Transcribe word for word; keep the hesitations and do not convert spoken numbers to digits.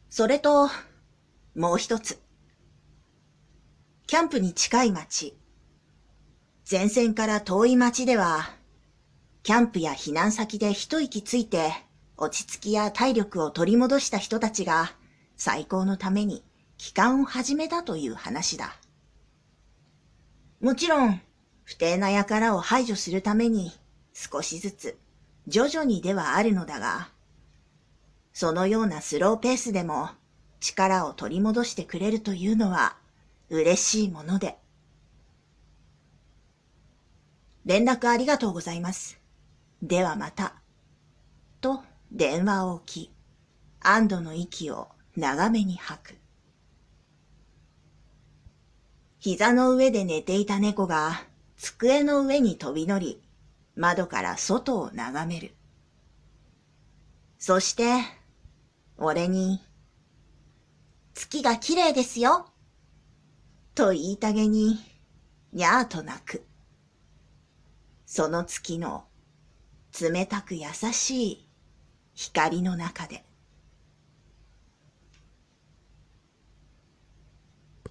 それと、もう一つ。キャンプに近い町、前線から遠い町では、キャンプや避難先で一息ついて、落ち着きや体力を取り戻した人たちが、再興のために帰還を始めたという話だ。もちろん、不貞な輩を排除するために、少しずつ、徐々にではあるのだが、そのようなスローペースでも力を取り戻してくれるというのは嬉しいもので。連絡ありがとうございます。ではまた。と電話を置き、安堵の息を長めに吐く。膝の上で寝ていた猫が机の上に飛び乗り、窓から外を眺める。そして、俺に、月が綺麗ですよ、と言いたげに、にゃーと鳴く。その月の冷たく優しい光の中で。